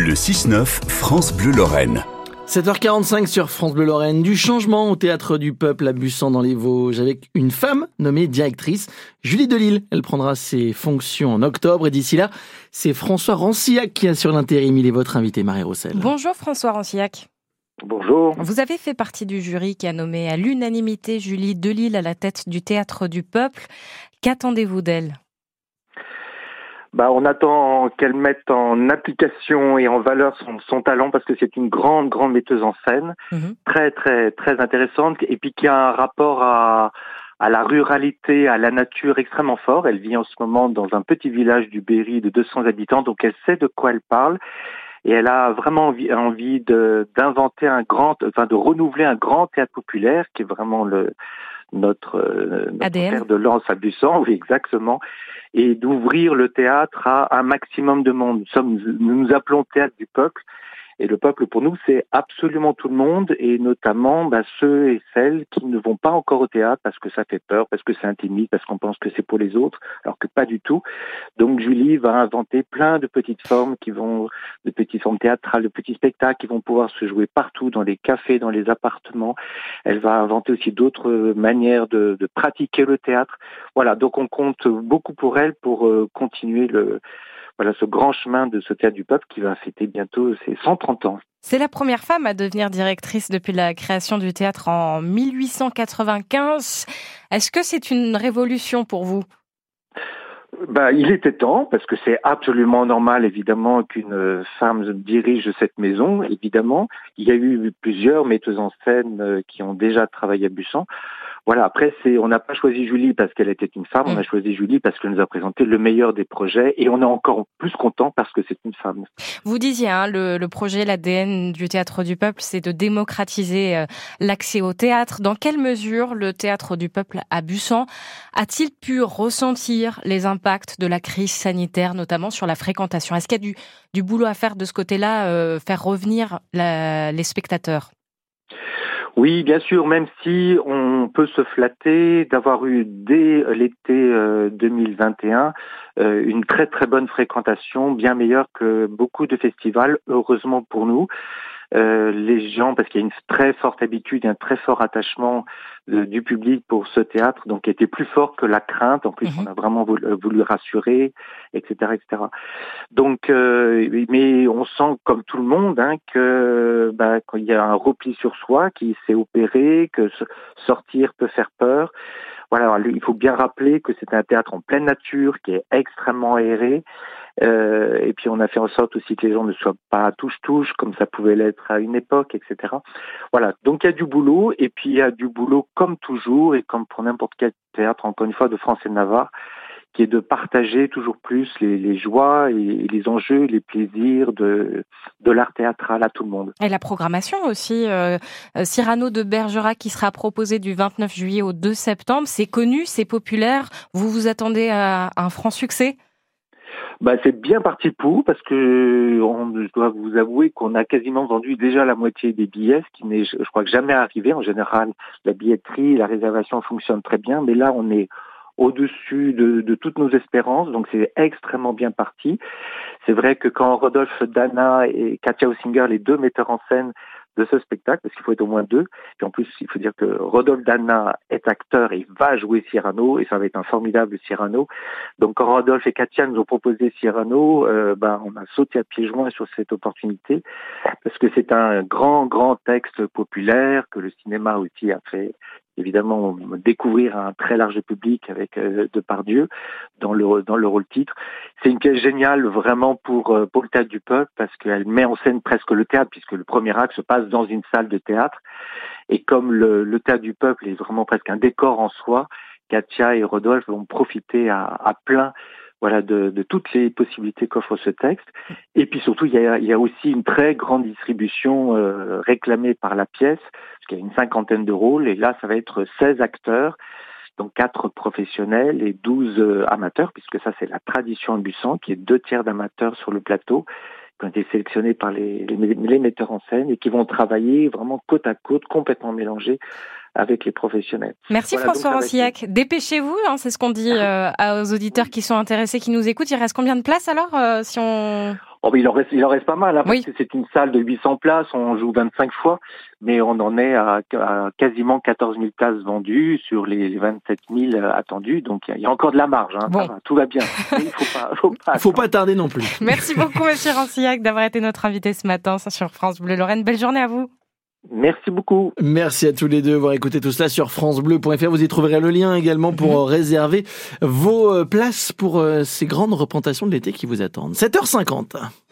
Le 6-9, France Bleu Lorraine. 7h45 sur France Bleu Lorraine. Du changement au Théâtre du Peuple à Busan dans les Vosges avec une femme nommée directrice, Julie Delisle. Elle prendra ses fonctions en octobre et d'ici là, c'est François Rancillac qui assure l'intérim. Il est votre invité, Marie Rossel. Bonjour François Rancillac. Bonjour. Vous avez fait partie du jury qui a nommé à l'unanimité Julie Delisle à la tête du Théâtre du Peuple. Qu'attendez-vous d'elle ? On attend qu'elle mette en application et en valeur son talent parce que c'est une grande metteuse en scène, très intéressante et puis qui a un rapport à la ruralité, à la nature extrêmement fort. Elle vit en ce moment dans un petit village du Berry de 200 habitants, donc elle sait de quoi elle parle et elle a vraiment envie d'inventer de renouveler un grand théâtre populaire qui est vraiment notre fer de lance à Busan, oui exactement, et d'ouvrir le théâtre à un maximum de monde. Nous nous appelons Théâtre du Peuple, et le peuple pour nous c'est absolument tout le monde, et notamment ceux et celles qui ne vont pas encore au théâtre parce que ça fait peur, parce que c'est intimide, parce qu'on pense que c'est pour les autres, alors que pas du tout. Donc Julie va inventer plein de petites formes de petites formes théâtrales, de petits spectacles qui vont pouvoir se jouer partout, dans les cafés, dans les appartements. Elle va inventer aussi d'autres manières de pratiquer le théâtre. Voilà, donc on compte beaucoup pour elle pour continuer ce grand chemin de ce Théâtre du Peuple qui va fêter bientôt ses 130 ans. C'est la première femme à devenir directrice depuis la création du théâtre en 1895. Est-ce que c'est une révolution pour vous ? Il était temps, parce que c'est absolument normal, évidemment, qu'une femme dirige cette maison, évidemment. Il y a eu plusieurs metteuses en scène qui ont déjà travaillé à Busan. Voilà, après, on n'a pas choisi Julie parce qu'elle était une femme, on a choisi Julie parce qu'elle nous a présenté le meilleur des projets et on est encore plus content parce que c'est une femme. Vous disiez, le projet, l'ADN du Théâtre du Peuple, c'est de démocratiser l'accès au théâtre. Dans quelle mesure le Théâtre du Peuple à Busan a-t-il pu ressentir les impacts de la crise sanitaire, notamment sur la fréquentation ? Est-ce qu'il y a du boulot à faire de ce côté-là, faire revenir les spectateurs ? Oui, bien sûr, même si on peut se flatter d'avoir eu dès l'été 2021 une très bonne fréquentation, bien meilleure que beaucoup de festivals, heureusement pour nous. Les gens, parce qu'il y a une très forte habitude, un très fort attachement du public pour ce théâtre, donc qui était plus fort que la crainte. En plus, on a vraiment voulu rassurer, etc. Donc, mais on sent comme tout le monde que quand il y a un repli sur soi qui s'est opéré, que sortir peut faire peur. Voilà, alors, il faut bien rappeler que c'est un théâtre en pleine nature, qui est extrêmement aéré. Et puis on a fait en sorte aussi que les gens ne soient pas touche-touche comme ça pouvait l'être à une époque, etc. Voilà, donc il y a du boulot, et puis il y a du boulot comme toujours et comme pour n'importe quel théâtre, encore une fois, de France et de Navarre, qui est de partager toujours plus les joies et les enjeux, les plaisirs de l'art théâtral à tout le monde. Et la programmation aussi, Cyrano de Bergerac qui sera proposé du 29 juillet au 2 septembre, c'est connu, c'est populaire, vous vous attendez à un franc succès ? C'est bien parti pour, parce que je dois vous avouer qu'on a quasiment vendu déjà la moitié des billets, ce qui n'est, je crois, que jamais arrivé. En général, la billetterie, la réservation fonctionne très bien, mais là, on est au-dessus de toutes nos espérances, donc c'est extrêmement bien parti. C'est vrai que quand Rodolphe Dana et Katia Ossinger, les deux metteurs en scène de ce spectacle, parce qu'il faut être au moins deux, et en plus il faut dire que Rodolphe Dana est acteur et va jouer Cyrano, et ça va être un formidable Cyrano. Donc quand Rodolphe et Katia nous ont proposé Cyrano, on a sauté à pieds joints sur cette opportunité, parce que c'est un grand texte populaire que le cinéma aussi a fait évidemment découvrir à un très large public avec Depardieu dans le rôle titre. C'est une pièce géniale vraiment pour le Théâtre du Peuple, parce qu'elle met en scène presque le théâtre, puisque le premier acte se passe dans une salle de théâtre, et comme le Théâtre du Peuple est vraiment presque un décor en soi, Katia et Rodolphe vont profiter à plein de toutes les possibilités qu'offre ce texte. Et puis surtout, il y a aussi une très grande distribution réclamée par la pièce, parce qu'il y a une 50aine de rôles, et là, ça va être 16 acteurs, donc 4 professionnels et 12 amateurs, puisque ça, c'est la tradition à Busan, qui est 2 tiers d'amateurs sur le plateau, qui ont été sélectionnés par les metteurs en scène et qui vont travailler vraiment côte à côte, complètement mélangés avec les professionnels. Merci François Rancillac. Dépêchez-vous, c'est ce qu'on dit aux auditeurs qui sont intéressés, qui nous écoutent. Il reste combien de places alors si on... Oh, mais il en reste pas mal, hein, Oui. parce que c'est une salle de 800 places, on joue 25 fois, mais on en est à quasiment 14 000 places vendues sur les 27 000 attendues, donc il y a encore de la marge, hein, Bon. ça va, tout va bien. Mais il Faut pas tarder non plus. Merci beaucoup, monsieur Rancillac, d'avoir été notre invité ce matin sur France Bleu Lorraine. Belle journée à vous. Merci beaucoup. Merci à tous les deux d'avoir écouté tout cela sur francebleu.fr. Vous y trouverez le lien également pour réserver vos places pour ces grandes représentations de l'été qui vous attendent. 7h50.